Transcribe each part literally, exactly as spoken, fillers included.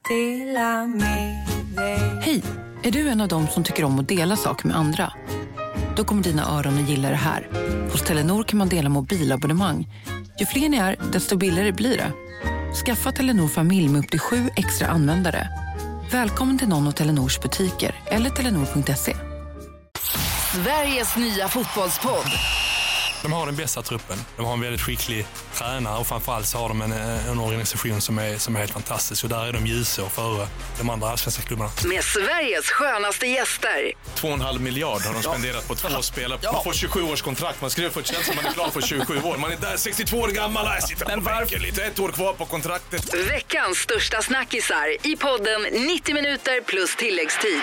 Hej, är du en av dem som tycker om att dela saker med andra? Då kommer dina öron att gilla det här. Hos Telenor kan man dela mobilabonnemang. Ju fler ni är, desto billigare blir det. Skaffa Telenor familj med upp till sju extra användare. Välkommen till någon av Telenors butiker eller telenor punkt se. Sveriges nya fotbollspodd. De har den bästa truppen. De har en väldigt skicklig tränare och framförallt så har de en, en organisation som är, som är helt fantastisk. Och där är de ljusår före de andra allsvenska klubbarna. Med Sveriges skönaste gäster. Två och en halv miljard har de spenderat på två ja. spelare. Man ja. får tjugosju års kontrakt. Man skriver för ett tjänst som man är klar för tjugosju år. Man är där sextiotvå år gammal. Jag sitter Men varför? Lite ett år kvar på kontraktet. Veckans största snackisar i podden nittio minuter plus tilläggstid.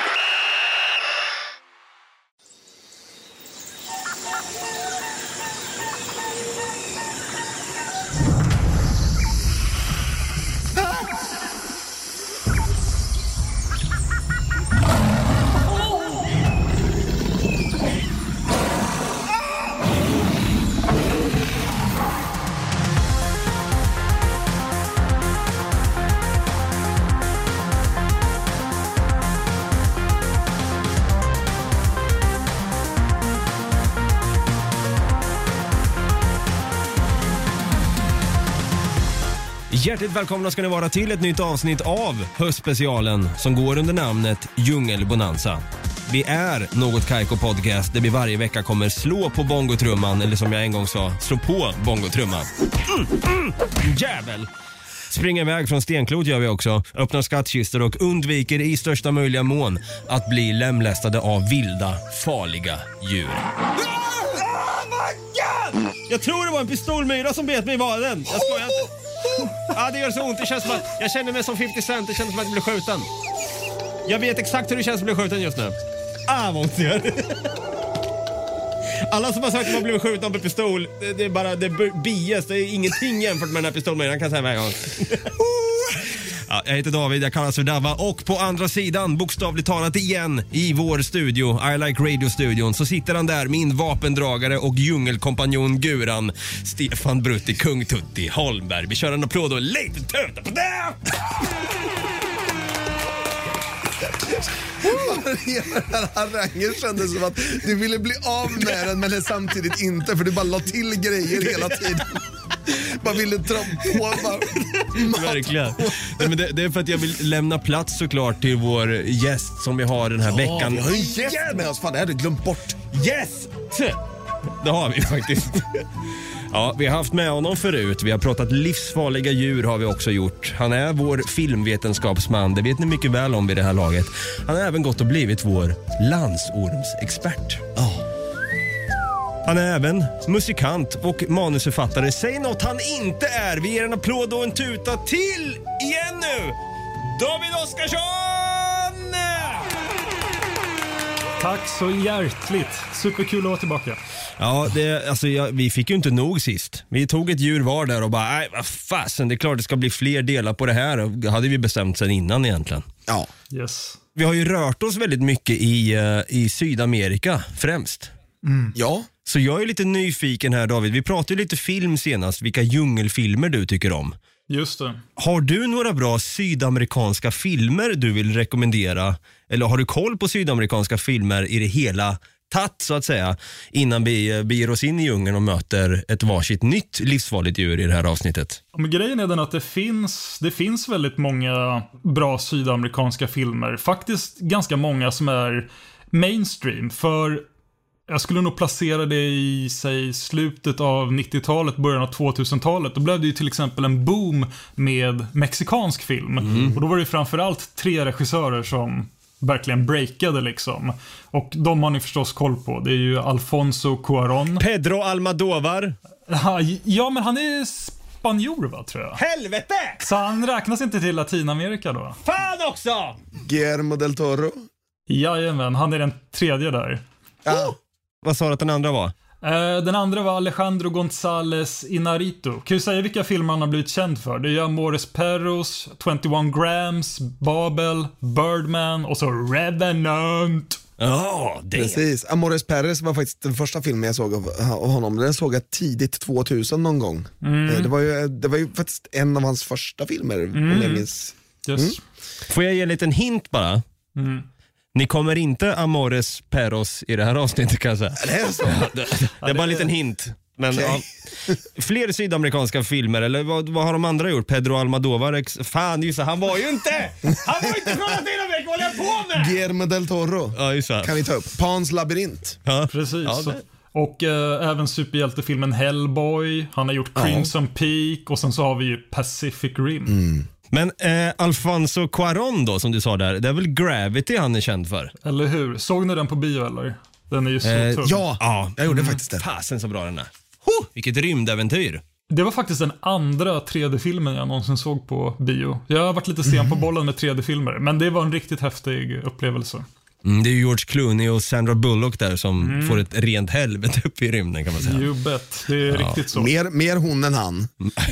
Hjärtligt välkomna ska ni vara till ett nytt avsnitt av höstspecialen som går under namnet Djungelbonanza. Vi är Något Kaiko Podcast där vi varje vecka kommer slå på bongotrumman, eller som jag en gång sa, slå på bongotrumman. Mm, mm, jävel! Springer iväg från stenklot gör vi också, öppnar skattkistor och undviker i största möjliga mån att bli lämlästade av vilda, farliga djur. Jag tror det var en pistolmyra som bet mig i vaden. Jag skojar inte. Ja, det gör så ont. Det känns som att jag känner mig som femtio cent. Det känns som att jag blir skjuten. Jag vet exakt hur det känns att bli skjuten just nu. Ah, vad ont det gör. Alla som har sagt att man blir skjuten med pistol, det, det är bara det är bias. Det är ingenting jämfört med den här pistolmyran, kan säga varje gång. Ja, jag heter David, jag kallas för Dava. Och på andra sidan, bokstavligt talat igen, i vår studio, I Like Radio-studion, så sitter han där, min vapendragare och djungelkompanjon Guran, Stefan Brutti, Kung Tutti Holmberg. Vi kör en applåd och lite töta på det! Hela den här harangen kändes som att du ville bli av med den, men samtidigt inte, för du bara la till grejer hela tiden. Bara ville dra på bara. Verkligen. Nej, men det, det är för att jag vill lämna plats såklart till vår gäst som vi har den här ja, veckan. Vi har en gäst med oss, fan det hade du glömt bort. Yes! Det har vi faktiskt. Ja, vi har haft med honom förut. Vi har pratat livsfarliga djur har vi också gjort. Han är vår filmvetenskapsman. Det vet ni mycket väl om vid det här laget. Han har även gått och blivit vår landsormsexpert. Oh. Han är även musikant och manusförfattare. Säg något han inte är. Vi ger en applåd och en tuta till igen nu. David Oskarsson! Tack så hjärtligt. Superkul att vara tillbaka. Ja, det, alltså, jag, vi fick ju inte nog sist. Vi tog ett djur var där och bara, nej vad fasen, det är klart det ska bli fler delar på det här. Det hade vi bestämt sedan innan egentligen. Ja. Yes. Vi har ju rört oss väldigt mycket i, uh, i Sydamerika främst. Mm. Ja. Så jag är lite nyfiken här, David. Vi pratade ju lite film senast. Vilka djungelfilmer du tycker om. Just det. Har du några bra sydamerikanska filmer du vill rekommendera? Eller har du koll på sydamerikanska filmer i det hela tatt så att säga, innan vi beger oss in i djungeln och möter ett varsitt nytt livsfarligt djur i det här avsnittet? Ja, men grejen är den att det finns, det finns väldigt många bra sydamerikanska filmer. Faktiskt ganska många som är mainstream. För jag skulle nog placera det i sig slutet av nittiotalet, början av tvåtusentalet. Då blev det ju till exempel en boom med mexikansk film. Mm. Och då var det framförallt tre regissörer som verkligen breakade liksom. Och de har ni förstås koll på. Det är ju Alfonso Cuarón. Pedro Almodóvar. Ja, men han är spanjor va, tror jag. Helvete! Så han räknas inte till Latinamerika då. Fan också! Guillermo del Toro. Jajamän, han är den tredje där. Ja. Oh! Vad sa du att den andra var? Uh, den andra var Alejandro González Inarritu. Kan du säga vilka filmer han har blivit känd för? Det är Amores Perros, tjugoett grams, Babel, Birdman och så Revenant. Ja, oh, precis. Amores Perros var faktiskt den första filmen jag såg av, av honom. Den såg jag tidigt tvåtusen någon gång. Mm. Det var ju, det var ju faktiskt en av hans första filmer, mm. om jag minns. Yes. Mm. Får jag ge en liten hint bara? Mm. Ni kommer inte Amores Perros i det här avsnittet kan jag säga. Det är så. Det, det är bara en liten hint. Men Okay. ja, fler sydamerikanska filmer, eller vad, vad har de andra gjort? Pedro Almodovar, ex- fan just det, han var ju inte Han var inte från Latinamerika, vad håller jag på med? Guillermo del Toro Ja, just det. kan vi ta upp. Pans labyrint. Ja. Precis. Ja, det- Och eh, även superhjältefilmen Hellboy. Han har gjort Crimson Peak. Och sen så har vi ju Pacific Rim. Mm. Men eh, Alfonso Cuarón då, som du sa där, det är väl Gravity han är känd för? Eller hur? Såg ni den på bio eller? Den är ju så Eh, tung. Ja, Ja, jag gjorde faktiskt det. fasen så bra den är. Ho! Vilket rymdäventyr. Det var faktiskt den andra tre D-filmen jag någonsin såg på bio. Jag har varit lite sen på bollen med tre D-filmer. Men det var en riktigt häftig upplevelse. Mm, det är ju George Clooney och Sandra Bullock där som får ett rent helvete upp i rymden kan man säga. You bet. Det är riktigt så. Mer, mer hon än han.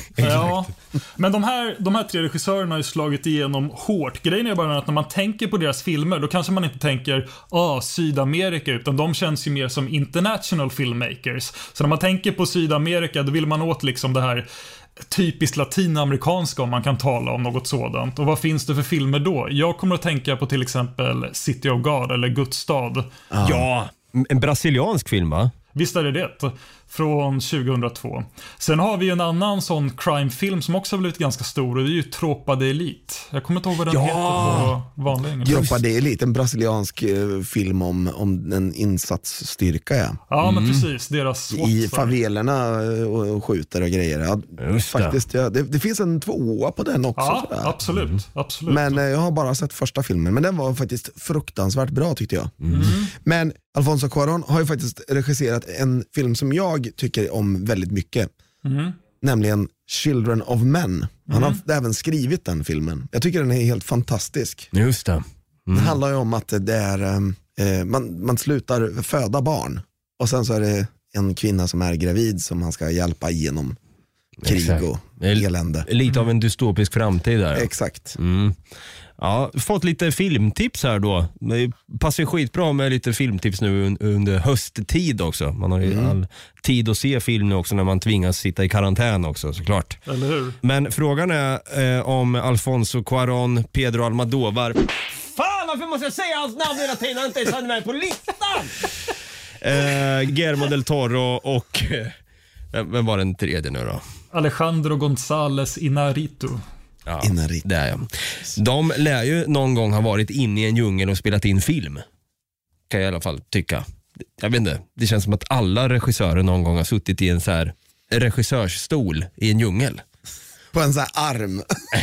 Ja, men de här, de här tre regissörerna har ju slagit igenom hårt. Grejen är bara att när man tänker på deras filmer, då kanske man inte tänker ah, Sydamerika, utan de känns ju mer som international filmmakers. Så när man tänker på Sydamerika, då vill man åt liksom det här typiskt latinamerikanska, om man kan tala om något sådant. Och vad finns det för filmer då? Jag kommer att tänka på till exempel City of God eller Guds stad. Ja, en brasiliansk film va? Visst är det det? Från tjugohundratvå. Sen har vi ju en annan sån crime-film som också har blivit ganska stor, och det är ju Tropa de Elite. Jag kommer inte ihåg vad den Ja. heter på vanlig engelska. Droppa det är lite en brasiliansk eh, film om, om en insatsstyrka. Ja. Ja, men precis. Deras I SWAT-företag. favelerna och, och skjuter och grejer. Ja, Just det. faktiskt, ja, det, det finns en tvåa på den också. Ja, sådär. absolut. absolut. Men eh, jag har bara sett första filmen, men den var faktiskt fruktansvärt bra tyckte jag. Men Alfonso Cuarón har ju faktiskt regisserat en film som jag tycker om väldigt mycket. Nämligen Children of Men. Han har även skrivit den filmen. Jag tycker den är helt fantastisk. Just det. Det handlar ju om att det är, eh, man, man slutar föda barn. Och sen så är det en kvinna som är gravid som han ska hjälpa igenom krig Exakt. och Det är elände. Lite av en dystopisk framtid där. Exakt. Mm. Ja, fått lite filmtips här då. Det passar ju skitbra med lite filmtips nu un- under hösttid också. Man har ju Mm. all tid att se film nu också när man tvingas sitta i karantän också såklart. Eller hur? Men frågan är eh, om Alfonso Cuarón, Pedro Almodovar. Fan, varför måste jag säga hans namn hela tiden? Han inte ens hade med på listan. eh, Guillermo del Toro och eh, vem var den tredje nu då? Alejandro González Inarritu. Ja, Inarritu. det är jag. De lär ju någon gång ha varit inne i en djungel och spelat in film. Kan jag i alla fall tycka. Jag vet inte, det känns som att alla regissörer någon gång har suttit i en så här regissörsstol i en djungel. På en sån här arm.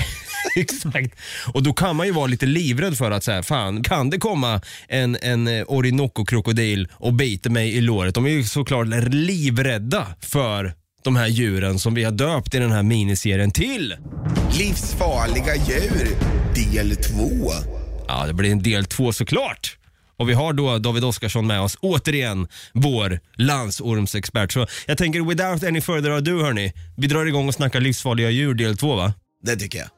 Exakt. Och då kan man ju vara lite livrädd för att säga, fan, kan det komma en, en Orinoco-krokodil och bita mig i låret? De är ju såklart livrädda för de här djuren som vi har döpt i den här miniserien till. Livsfarliga djur, del två. Ja, det blir en del två såklart. Och vi har då David Oskarsson med oss, återigen vår landsormsexpert. Så jag tänker, without any further ado hörni, vi drar igång och snackar livsfarliga djur del två va? Det tycker jag.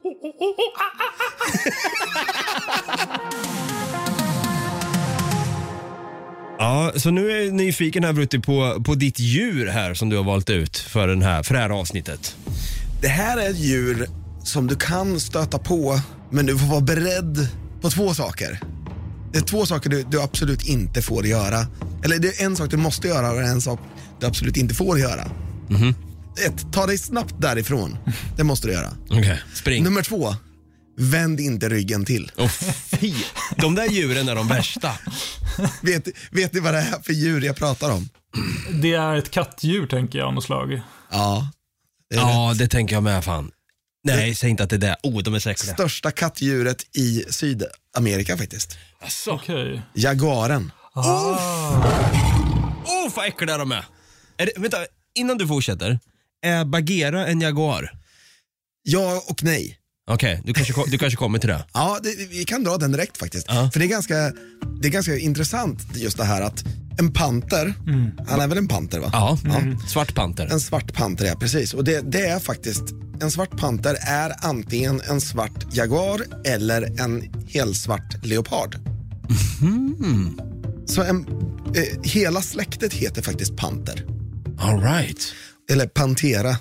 Ja, så nu är jag nyfiken här Brutti på, på ditt djur här som du har valt ut för, den här, för det här avsnittet. Det här är ett djur som du kan stöta på, men du får vara beredd på två saker. Det är två saker du, du absolut inte får göra. Eller det är en sak du måste göra och en sak du absolut inte får göra. Mhm. Ett, ta dig snabbt därifrån. Det måste du göra. Okej, okay, spring. Nummer två, vänd inte ryggen till. Oh, fy. De där djuren är de värsta. vet, vet ni vad det är för djur jag pratar om? Det är ett kattdjur tänker jag, något slag. Ja. Det är Ja, rätt. det tänker jag med fan. Nej, säg inte att det är det. Oh, de är säkert. Största kattdjuret i Sydamerika faktiskt. Alltså. Okej. Jaguaren. Oh, vad äckliga de är. är det, vänta, innan du fortsätter. Är bagheera en jaguar? Ja och nej. Okej, okay, du, kanske, du kanske kommer till det. Ja, det, vi kan dra den direkt faktiskt. Ja. För det är, ganska, det är ganska intressant just det här att en panter, mm. han är väl en panter va? Ja, mm. Svart panter. En svart panter, ja precis. Och det, det är faktiskt, en svart panter är antingen en svart jaguar eller en helsvart leopard. Mm. Så en, eh, hela släktet heter faktiskt panter. All right. Eller pantera.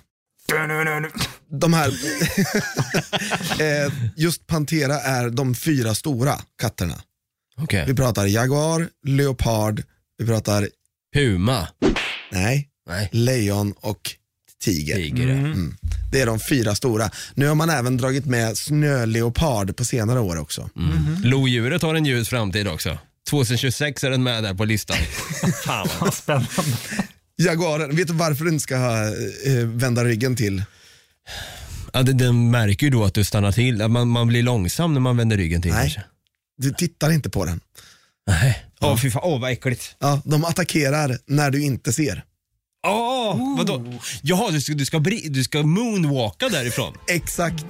De här eh, just Pantera är de fyra stora katterna. Okay. Vi pratar jaguar, leopard, vi pratar puma. Nej, Nej. lejon och tiger. tiger mm. Mm. Det är de fyra stora. Nu har man även dragit med snöleopard på senare år också. Mm. Mm. Lodjuret har en ljus framtid också. tjugohundratjugosex är den med där på listan. Fan vad spännande. Jaguaren, vet du varför du inte ska ha, eh, vända ryggen till? Ja, det, den märker ju då att du stannar till. Man, man blir långsam när man vänder ryggen till. Nej, kanske. du tittar inte på den. Nej. Åh, Ja. fy fan. Åh, vad äckligt. Ja, de attackerar när du inte ser. Åh, oh, vadå? Jaha, du ska, du, ska bri- du ska moonwalka därifrån. Exakt.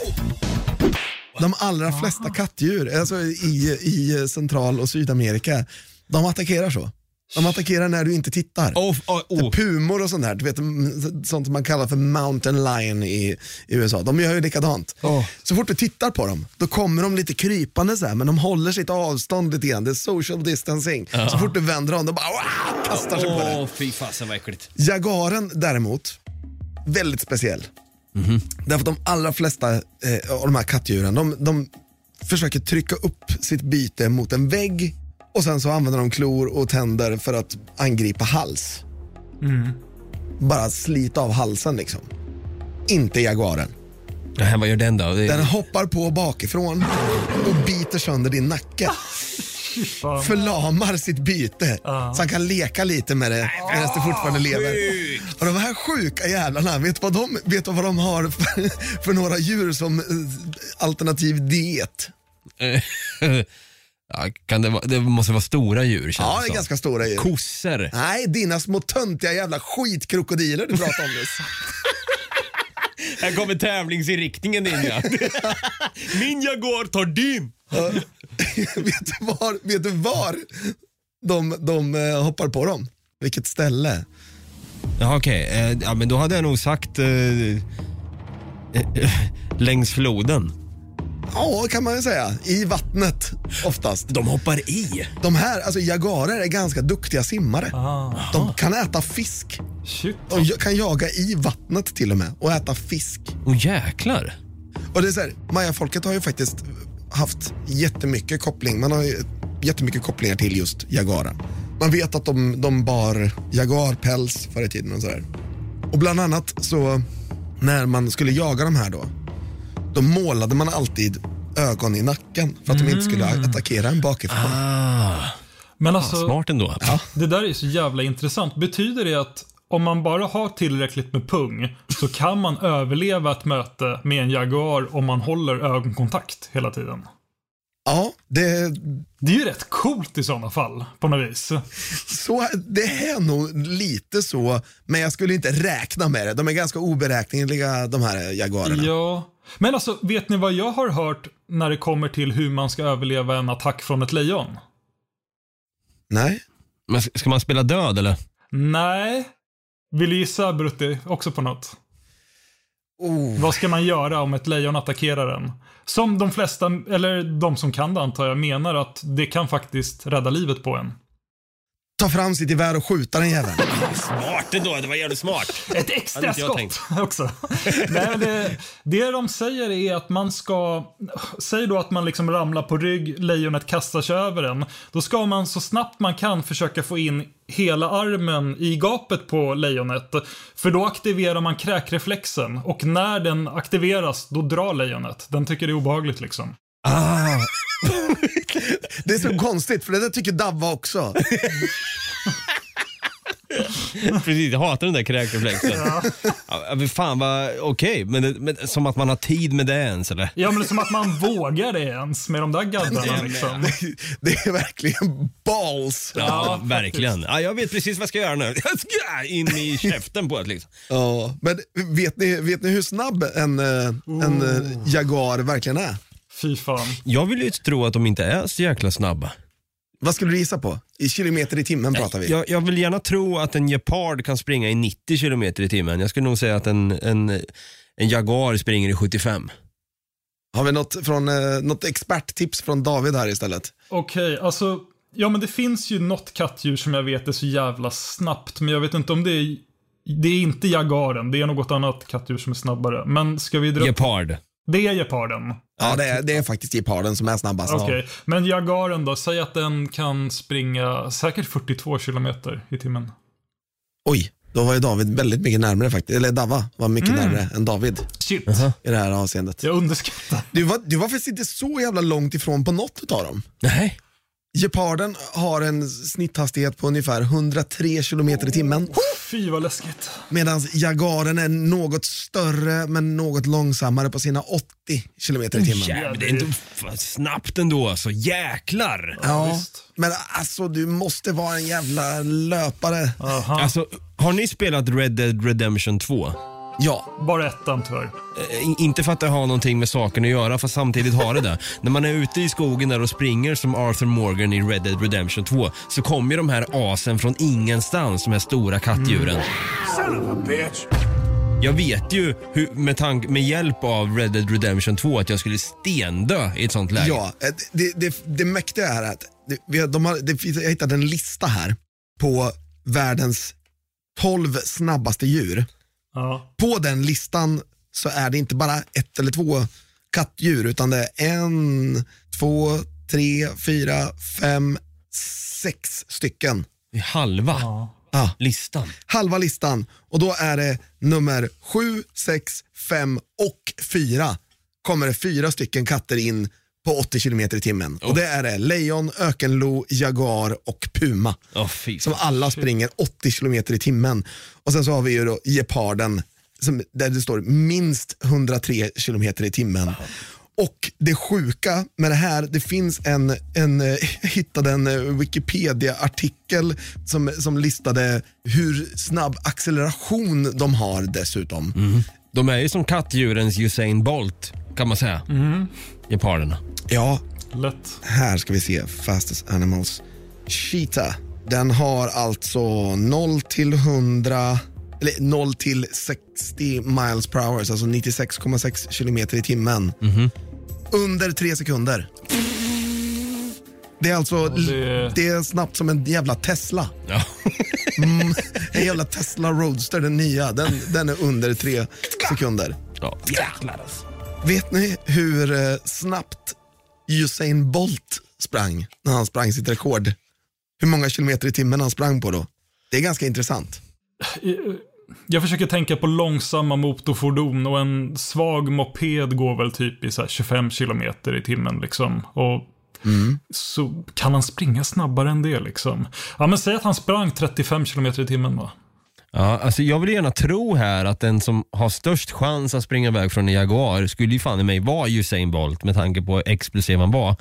De allra flesta kattdjur alltså i, i Central- och Sydamerika, de attackerar så. De attackerar när du inte tittar. Oh, oh, oh. Pumor och sånt här, du vet, sånt som man kallar för mountain lion i, i U S A. De gör ju likadant. Oh. Så fort du tittar på dem, då kommer de lite krypande så här, men de håller sitt avstånd lite grann. Det är social distancing. Uh-huh. Så fort du vänder dem, de bara wow, kastar sig oh, på dig. Åh, fy fasen vad äckligt. Jagaren däremot, väldigt speciell. Mm-hmm. Därför att de allra flesta eh, av de här kattdjuren, de, de försöker trycka upp sitt byte mot en vägg. Och sen så använder de klor och tänder för att angripa hals. Mm. Bara slita av halsen liksom. Inte jaguaren. Nej, vad gör den då? Det... Den hoppar på bakifrån och biter sönder din nacke. Förlamar sitt byte. Uh. Så han kan leka lite med det medan det fortfarande lever. Och de här sjuka jävlarna, vet du vad de, vet du vad de har för, för några djur som alternativ diet? Ja, kan det, vara, det måste vara stora djur. Ja, det är ganska stora djur. Kossor. Nej, dina små töntiga jävla skitkrokodiller du pratar om nyss. Här kommer tävlingsinriktningen in, ja. Min jaguar tar din. Ja. vet, du var, vet du var de, de uh, hoppar på dem? Vilket ställe? Ja, okej. Okay. Uh, ja, men då hade jag nog sagt uh, uh, uh, längs floden. Ja, kan man ju säga. I vattnet oftast. De hoppar i. De här, alltså jagarer är ganska duktiga simmare. Ah. De kan äta fisk. Shit. De kan jaga i vattnet till och med och äta fisk. Åh oh, jäklar. Och det är så här, Maya-folket har ju faktiskt haft jättemycket koppling. Man har ju jättemycket kopplingar till just jagarer. Man vet att de, de bar jagarpäls förr i tiden och så där. Och bland annat så när man skulle jaga de här då, då målade man alltid ögon i nacken för att mm. de inte skulle attackera en bakifrån. Ah. Men alltså, ah, smart ändå. Ja. Det där är så jävla intressant. Betyder det att om man bara har tillräckligt med pung så kan man överleva ett möte med en jaguar om man håller ögonkontakt hela tiden? Ja, det... Det är ju rätt coolt i sådana fall, på något vis. Så, det är nog lite så, men jag skulle inte räkna med det. De är ganska oberäkneliga, de här jaguarerna. Ja, men alltså, vet ni vad jag har hört när det kommer till hur man ska överleva en attack från ett lejon? Nej. Men ska man spela död, eller? Nej. Vill du gissa, Brutti, också på något? Oh. Vad ska man göra om ett lejon attackerar en? Som de flesta, eller de som kan det antar jag, menar att det kan faktiskt rädda livet på en. Ta fram sitt gevär och skjuta den jäveln. Smart ändå, det var jävligt smart. Ett extra skott också. Nej, det, det de säger är att man ska, säg då att man liksom ramlar på rygg, lejonet kastar sig över en. Då ska man så snabbt man kan försöka få in hela armen i gapet på lejonet. För då aktiverar man kräkreflexen. Och när den aktiveras, då drar lejonet. Den tycker det är obehagligt liksom. Ah. Det är så konstigt, för det där tycker Davva också. Precis, jag hatar den där kräkreflexen. Ja. Ja, fan vad okej, okay. men, men som att man har tid med det ens, eller? Ja, men det är som att man vågar det ens med de där gaddarna liksom. det, det är verkligen balls. Ja, ja verkligen. Ja, jag vet precis vad jag ska göra nu. Jag ska in i käften på det liksom. Ja, men vet ni, vet ni hur snabb en, oh. en jaguar verkligen är? Fy fan. Jag vill ju tro att de inte är så jäkla snabba. Vad skulle du gissa på? I kilometer i timmen pratar vi. Jag, jag vill gärna tro att en gepard kan springa i nittio kilometer i timmen. Jag skulle nog säga att en, en, en jaguar springer i sjuttiofem. Har vi något, från, eh, något experttips från David här istället? Okej, okay, alltså... Ja, men det finns ju något kattdjur som jag vet är så jävla snabbt. Men jag vet inte om det är Det är inte jagaren, det är något annat kattdjur som är snabbare. Men ska vi dra... Gepard. Det är geparden. Ja, det är, det är faktiskt geparden som är snabbast. Okej, okay. Men jagaren då? Säg att den kan springa säkert fyrtiotvå kilometer i timmen. Oj, då var ju David väldigt mycket närmare faktiskt. Eller Dava var mycket mm. närmare än David. Shit. Uh-huh. I det här avseendet. Jag underskattar. Du var, du var faktiskt inte så jävla långt ifrån på något av dem. Nej. Geparden har en snitthastighet på ungefär hundratre kilometer i timmen. Oh, fy vad läskigt. Medan jagaren är något större men något långsammare på sina åttio kilometer i timmen. Oh, jävlar, det är inte snabbt ändå alltså. Jäklar. Ja, ja men alltså du måste vara en jävla löpare. Aha. Alltså, har ni spelat Red Dead Redemption två? Ja. Bara ettan tyvärr. Eh, inte för att det har någonting med saken att göra, för samtidigt har det det. När man är ute i skogen där och springer som Arthur Morgan i Red Dead Redemption två, så kommer ju de här asen från ingenstans, de här stora kattdjuren. Mm. Son of a bitch. Jag vet ju hur, med, tank, med hjälp av Red Dead Redemption två att jag skulle stendö i ett sånt läge. Ja, det, det, det mäktiga är att det, vi har, de har, det, jag hittade en lista här på världens tolv snabbaste djur. Ja. På den listan så är det inte bara ett eller två kattdjur, utan det är en, två, tre, fyra, fem, sex stycken. Halva ja. ah. listan. Halva listan. Och då är det nummer sju, sex, fem och fyra. Kommer det fyra stycken katter in på åttio kilometer i timmen. Oh. Och det är det lejon, ökenlo, jagar och puma. Oh, fy. Som alla springer åttio kilometer i timmen. Och sen så har vi ju då geparden som, där det står minst hundratre kilometer i timmen. Oh. Och det sjuka med det här, det finns en, en jag hittade en Wikipedia-artikel som, som listade hur snabb acceleration de har dessutom. Mm. De är ju som kattdjurens Usain Bolt, kan man säga. Mm. Geparderna. Ja, lätt. Här ska vi se Fastest Animals. Cheetah, den har alltså noll till hundra eller noll till sextio miles per hour, alltså nittiosex komma sex kilometer i timmen. Mm-hmm. Under tre sekunder. Det är alltså det... det är snabbt som en jävla Tesla. Ja. mm, en jävla Tesla Roadster, den nya, den, den är under tre sekunder. Ja, jäklar alltså. Vet ni hur eh, snabbt Usain Bolt sprang när han sprang sitt rekord? Hur många kilometer i timmen han sprang på då? Det är ganska intressant. Jag försöker tänka på långsamma motorfordon, och en svag moped går väl typ i så här tjugofem kilometer i timmen liksom. Och mm. så kan han springa snabbare än det liksom. Ja, men säg att han sprang trettiofem kilometer i timmen va? Ja, alltså jag vill gärna tro här att den som har störst chans att springa iväg från en Jaguar skulle ju fan i mig vara Usain Bolt med tanke på hur explosiv han var.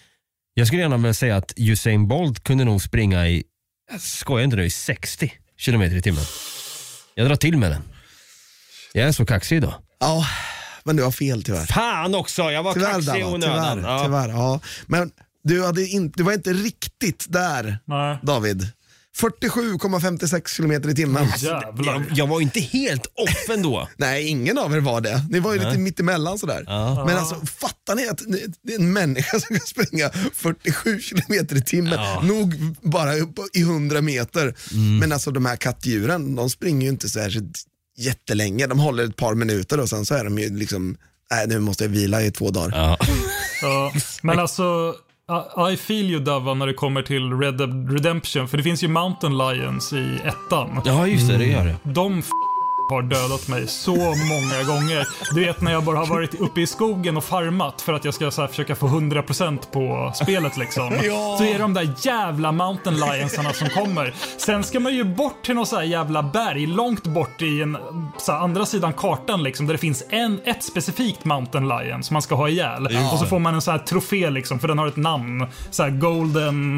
Jag skulle gärna vilja säga att Usain Bolt kunde nog springa i, jag skojar inte nu, i sextio kilometer i timmen. Jag drar till med den. Jag är så kaxig idag. Ja, men du har fel tyvärr. Fan också, jag var tyvärr, kaxig i onödan. Tyvärr, ja. tyvärr, ja. Men du, hade inte, du var inte riktigt där, nej. David. fyrtiosju komma femtiosex kilometer i timmen. Jävlar. Jag, jag var inte helt off ändå. Nej, ingen av er var det. Ni var ju lite mittemellan sådär. Ja. Men alltså, fattar ni att det är en människa som kan springa fyrtiosju kilometer i timmen? Ja. Nog bara upp i hundra meter. Mm. Men alltså de här kattdjuren, de springer ju inte särskilt jättelänge. De håller ett par minuter och sen så är de ju liksom, nej nu måste jag vila i två dagar. Ja. Ja. Men alltså... I feel you, Dava, när det kommer till Red Dead Redemption. För det finns ju Mountain Lions i ettan. Ja, just det, det gör det. De f- har dödat mig så många gånger. Du vet när jag bara har varit uppe i skogen och farmat för att jag ska så här, försöka få hundra procent på spelet liksom. Ja. Så är det de där jävla Mountain Lionsarna som kommer. Sen ska man ju bort till någon så här jävla berg långt bort i en så här, andra sidan kartan liksom, där det finns en, ett specifikt Mountain Lion som man ska ha ihjäl. Ja. Och så får man en så här trofé liksom, för den har ett namn. Så här Golden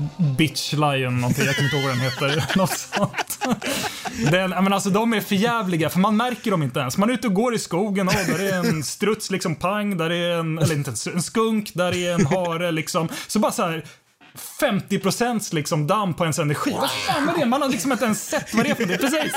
Bitch Lion någonting, jag kommer inte ihåg vad den heter. Något sånt. Den, men alltså de är för jävliga, för man märker dem inte ens. Man är ute och går i skogen och där är en struts liksom pang, där är en, eller inte en skunk, där är en hare liksom. Så bara så här femtio procent liksom damm på ens energi. Vad fan är det? Man har liksom inte ens sett vad det är för det. Precis.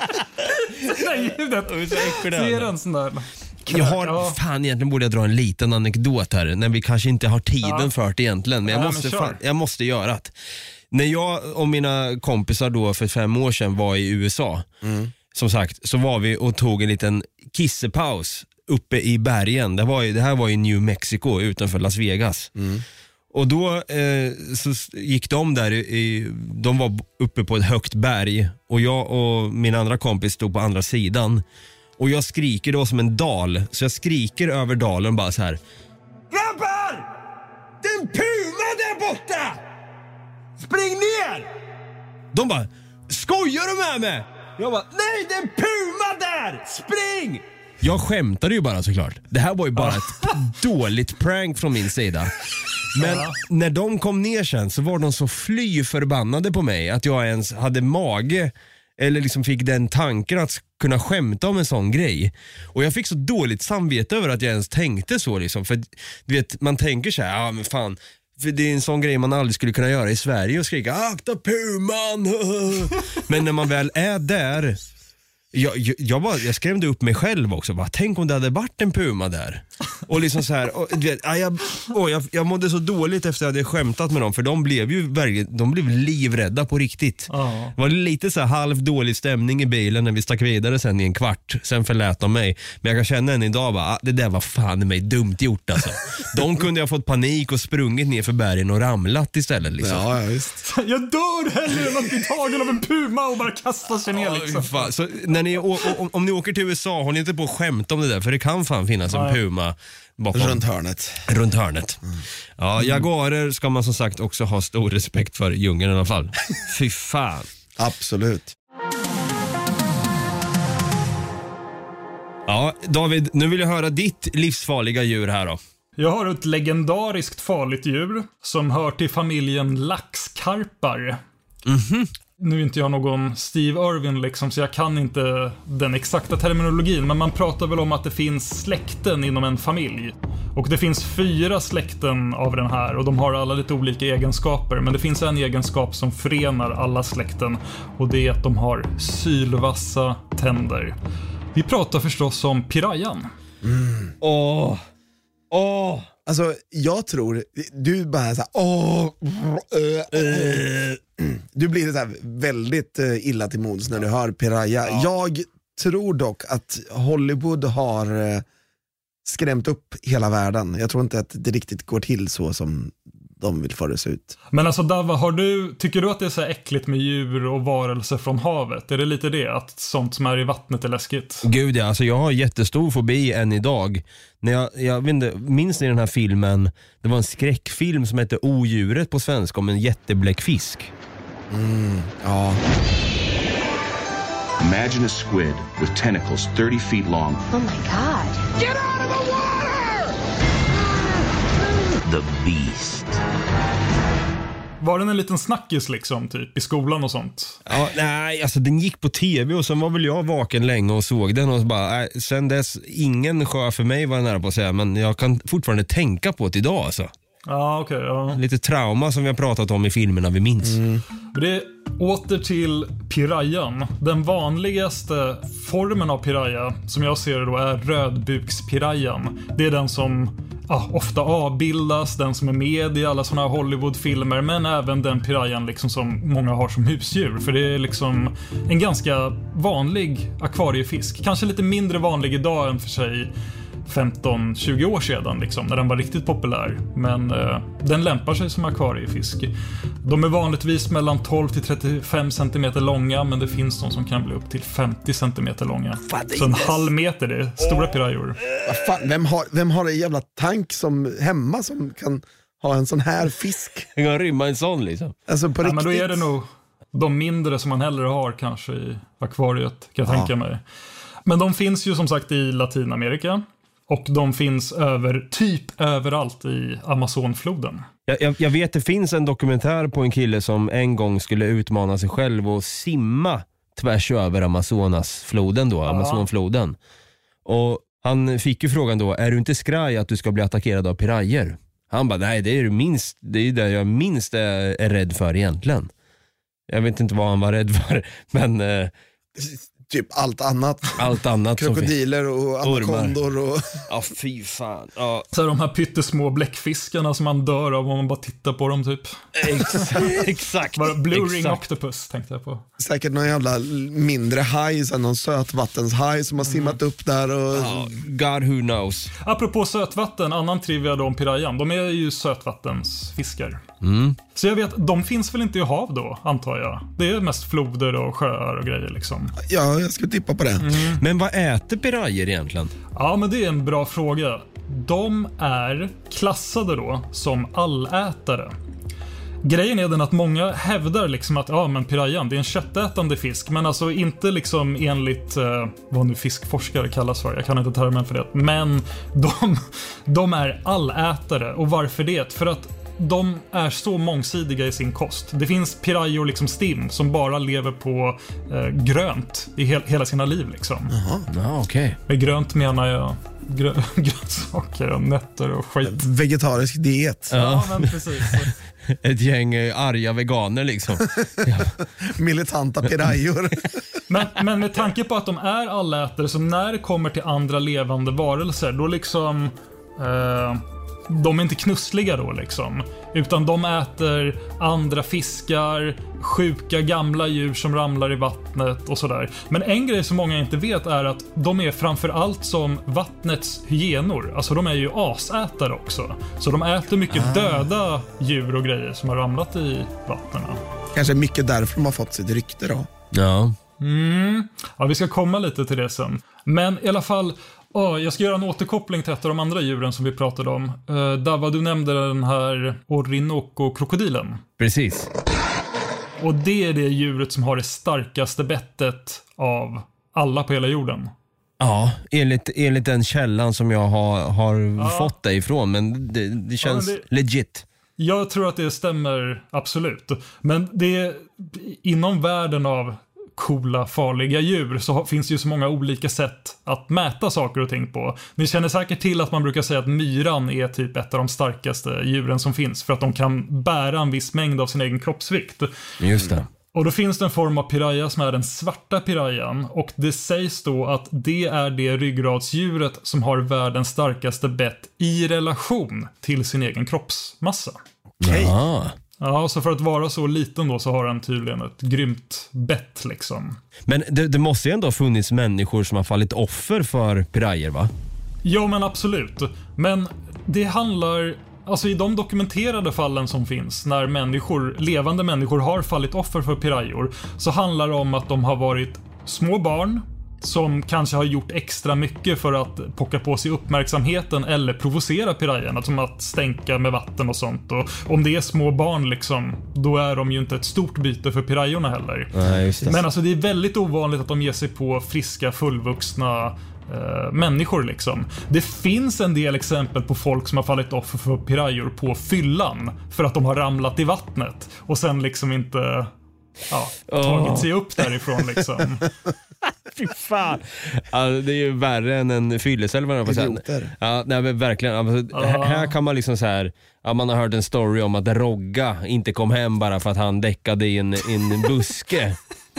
Det där ljudet. Ser en sån där. Jag har, fan egentligen borde jag dra en liten anekdot här, när vi kanske inte har tiden ja. för det egentligen. Men jag, ja, måste, men fan, jag måste göra det. När jag och mina kompisar då för fem år sedan var i U S A, mm. som sagt, så var vi och tog en liten kissepaus uppe i bergen. Det, var ju, det här var i New Mexico utanför Las Vegas. Mm. Och då eh, så gick de där i, de var uppe på ett högt berg och jag och min andra kompis stod på andra sidan. Och jag skriker då som en dal. Så jag skriker över dalen bara så här: grabbar! Det är en puma där borta! Spring ner! De bara: skojar du med mig? Jag bara: nej, det är en puma där! Spring! Jag skämtade ju bara såklart. Det här var ju bara ett dåligt prank från min sida. Men ja. När de kom ner sen så var de så fly förbannade på mig att jag ens hade mage eller liksom fick den tanken att kunna skämta om en sån grej. Och jag fick så dåligt samvete över att jag ens tänkte så liksom. För du vet, man tänker så här: ja men fan, för det är en sån grej man aldrig skulle kunna göra i Sverige och skrika akta puman. Men när man väl är där, Jag, jag, jag, bara, jag skrämde upp mig själv också. Bara, tänk om det hade varit en puma där. Och liksom så här, och, du vet, jag, och jag, jag mådde så dåligt efter att jag hade skämtat med dem. För de blev ju verkligen, de blev livrädda på riktigt. Oh. Det var lite så här halv dålig stämning i bilen när vi stack vidare sen i en kvart. Sen förlät de mig. Men jag kan känna än idag bara, ah, det där var fan i mig dumt gjort alltså. De kunde ha fått panik och sprungit ner för bergen och ramlat istället liksom. Ja, ja, visst. Jag dör hellre än att bli tagen av en puma och bara kasta sig ner liksom. Fan. Så när ni, o, o, om ni åker till U S A, håll inte på att skämta om det där. För det kan fan finnas en puma bakom. Runt hörnet. Runt hörnet. Mm. Ja, jaguarer ska man som sagt också ha stor respekt för, djungeln i alla fall. Fy fan. Absolut. Ja, David, nu vill jag höra ditt livsfarliga djur här då. Jag har ett legendariskt farligt djur som hör till familjen laxkarpar. Mhm. Nu är inte jag någon Steve Irwin liksom, så jag kan inte den exakta terminologin, men man pratar väl om att det finns släkten inom en familj. Och det finns fyra släkten av den här och de har alla lite olika egenskaper, men det finns en egenskap som förenar alla släkten och det är att de har sylvassa tänder. Vi pratar förstås om pirayan. Mm. Åh, åh. Alltså, jag tror, du bara såhär, åh, äh, äh. Du blir så här väldigt äh, illa till mods när du hör piraya. Ja. Jag tror dock att Hollywood har äh, skrämt upp hela världen. Jag tror inte att det riktigt går till så som de vill få det se ut. Men alltså Dava, har du, tycker du att det är så här äckligt med djur och varelser från havet? Är det lite det, att sånt som är i vattnet är läskigt? Gud ja, alltså jag har jättestor fobi än idag. När jag, jag vet inte, minns ni den här filmen? Det var en skräckfilm som hette Odjuret på svenska om en jättebläck fisk. Mm, ja. Imagine a squid with tentacles thirty feet long. Oh my god. Get out of the water! The Beast. Var den en liten snackis liksom, typ i skolan och sånt? Ja, nej, alltså den gick på tv och sen var väl jag vaken länge och såg den och så bara, äh, sen dess, ingen sjö för mig var den nära på att säga, men jag kan fortfarande tänka på det idag alltså. Ja, okej. Okay, ja. Lite trauma som vi har pratat om i filmerna vi minns. Mm. Det är åter till pirayan. Den vanligaste formen av piraya, som jag ser det då, är rödbukspirayan. Det är den som ja, ofta avbildas, den som är med i alla såna här Hollywoodfilmer, men även den pirayan liksom som många har som husdjur. För det är liksom en ganska vanlig akvariefisk. Kanske lite mindre vanlig idag än för sig femton tjugo år sedan liksom, när den var riktigt populär. Men eh, den lämpar sig som akvariefisk. De är vanligtvis mellan tolv till trettiofem centimeter långa, men det finns de som kan bli upp till femtio centimeter långa. Fan, så en halv meter, det är stora oh. pirajor. Fan, vem, har, vem har en jävla tank som hemma som kan ha en sån här fisk? Jag kan rymma en sån liksom. Alltså på ja, riktigt. men då är det nog de mindre som man hellre har kanske i akvariet, kan jag ja. tänka mig. Men de finns ju som sagt i Latinamerika. Och de finns över typ överallt i Amazonfloden. Jag, jag, jag vet det finns en dokumentär på en kille som en gång skulle utmana sig själv och simma tvärs över Amazonasfloden då, ja. Amazonfloden. Och han fick ju frågan då, är du inte skraj att du ska bli attackerad av pirajer? Han bara, nej det är minst, det är det jag minst är, är rädd för egentligen. Jag vet inte vad han var rädd för, men... Eh, typ allt annat. Allt annat Krokodiler och anakondor och... Ja, fy fan. Ja. Så de här pyttesmå bläckfiskarna som man dör av om man bara tittar på dem typ. Exakt. Exakt. Bara Blue Exakt. Ring Octopus tänkte jag på. Säkert någon jävla mindre haj, så någon sötvattenshaj som har simmat upp där och... Ja, God who knows. Apropå sötvatten, annan trivia då om pirayan. De är ju sötvattensfiskar. Mm. Så jag vet, de finns väl inte i hav då, antar jag. Det är mest floder och sjöar och grejer liksom. Ja, jag skulle tippa på det. Mm. Men vad äter pirajer egentligen? Ja, men det är en bra fråga. De är klassade då som allätare. Grejen är den att många hävdar liksom att ja, men pirayan, det är en köttätande fisk, men alltså inte liksom enligt eh, vad nu fiskforskare kallas för. Jag kan inte termen för det. Men de, de är allätare. Och varför det? För att de är så mångsidiga i sin kost. Det finns pirajor liksom stim som bara lever på eh, grönt i he- hela sina liv liksom. Jaha, ja, okej. Okay. Med grönt menar jag grö- grönsaker och nötter och skit. Vegetarisk diet. Ja, ja men precis. Ett gäng arga veganer liksom. Ja. Militanta pirajor. men, men med tanke på att de är allätare, så när det kommer till andra levande varelser, då liksom eh, de är inte knussliga då liksom, utan de äter andra fiskar, sjuka gamla djur som ramlar i vattnet och sådär. Men en grej som många inte vet är att de är framförallt som vattnets hyenor. Alltså de är ju asätare också. Så de äter mycket ah. döda djur och grejer som har ramlat i vattnen. Kanske mycket därför de har fått sitt rykte då. Ja. Mm. Ja, vi ska komma lite till det sen. Men i alla fall, oh, jag ska göra en återkoppling till ett av de andra djuren som vi pratade om. Uh, Dava, du nämnde den här Orinoco-krokodilen. Precis. Och det är det djuret som har det starkaste bettet av alla på hela jorden. Ja, enligt, enligt den källan som jag har, har ja. fått det ifrån. Men det, det känns ja, det... legit. Jag tror att det stämmer absolut. Men det är inom världen av coola, farliga djur så finns det ju så många olika sätt att mäta saker och ting på. Ni känner säkert till att man brukar säga att myran är typ ett av de starkaste djuren som finns, för att de kan bära en viss mängd av sin egen kroppsvikt. Just det. Och då finns det en form av piraya som är den svarta pirayan, och det sägs då att det är det ryggradsdjuret som har världens starkaste bett i relation till sin egen kroppsmassa. Okej. Okay. Ja, så för att vara så liten då så har den tydligen ett grymt bett liksom. Men det, det måste ju ändå ha funnits människor som har fallit offer för pirayer, va? Ja, men absolut. Men det handlar, alltså i de dokumenterade fallen som finns när människor, levande människor har fallit offer för pirajor, så handlar det om att de har varit små barn som kanske har gjort extra mycket för att pocka på sig uppmärksamheten eller provocera pirajerna, som att stänka med vatten och sånt. Och om det är små barn liksom, då är de ju inte ett stort byte för pirajorna heller. Nej, just det. Men alltså det är väldigt ovanligt att de ger sig på friska, fullvuxna eh, människor liksom. Det finns en del exempel på folk som har fallit offer för pirajor på fyllan för att de har ramlat i vattnet och sen liksom inte ja, tagit oh. sig upp därifrån liksom. Fy fan. Alltså, det är ju värre än en fylleselva. Ja, nej, men verkligen. Alltså, här, här kan man liksom så här, ja, man har hört en story om att Rogga inte kom hem bara för att han däckade i en, i en buske.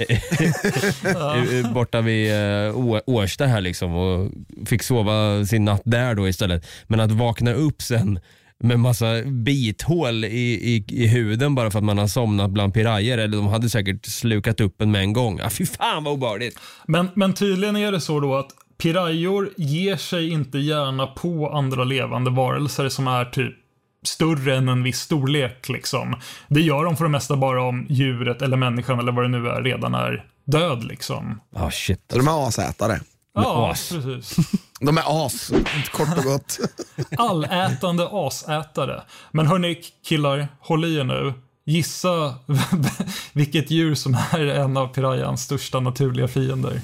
Borta vid uh, Årsta här liksom, och fick sova sin natt där då istället. Men att vakna upp sen med massa bithål i, i, i huden bara för att man har somnat bland pirajer, eller de hade säkert slukat upp en med en gång. Ah, fy fan vad obehagligt. Men, men tydligen är det så då att pirajor ger sig inte gärna på andra levande varelser som är typ större än en viss storlek liksom. Det gör de för det mesta bara om djuret eller människan eller vad det nu är redan är död liksom. Ah, shit. Så de är asätare. Ja, as. Precis. De är as, kort och gott. Allätande asätare. Men hörni killar, håll i er nu. Gissa vilket djur som är en av pirajans största naturliga fiender.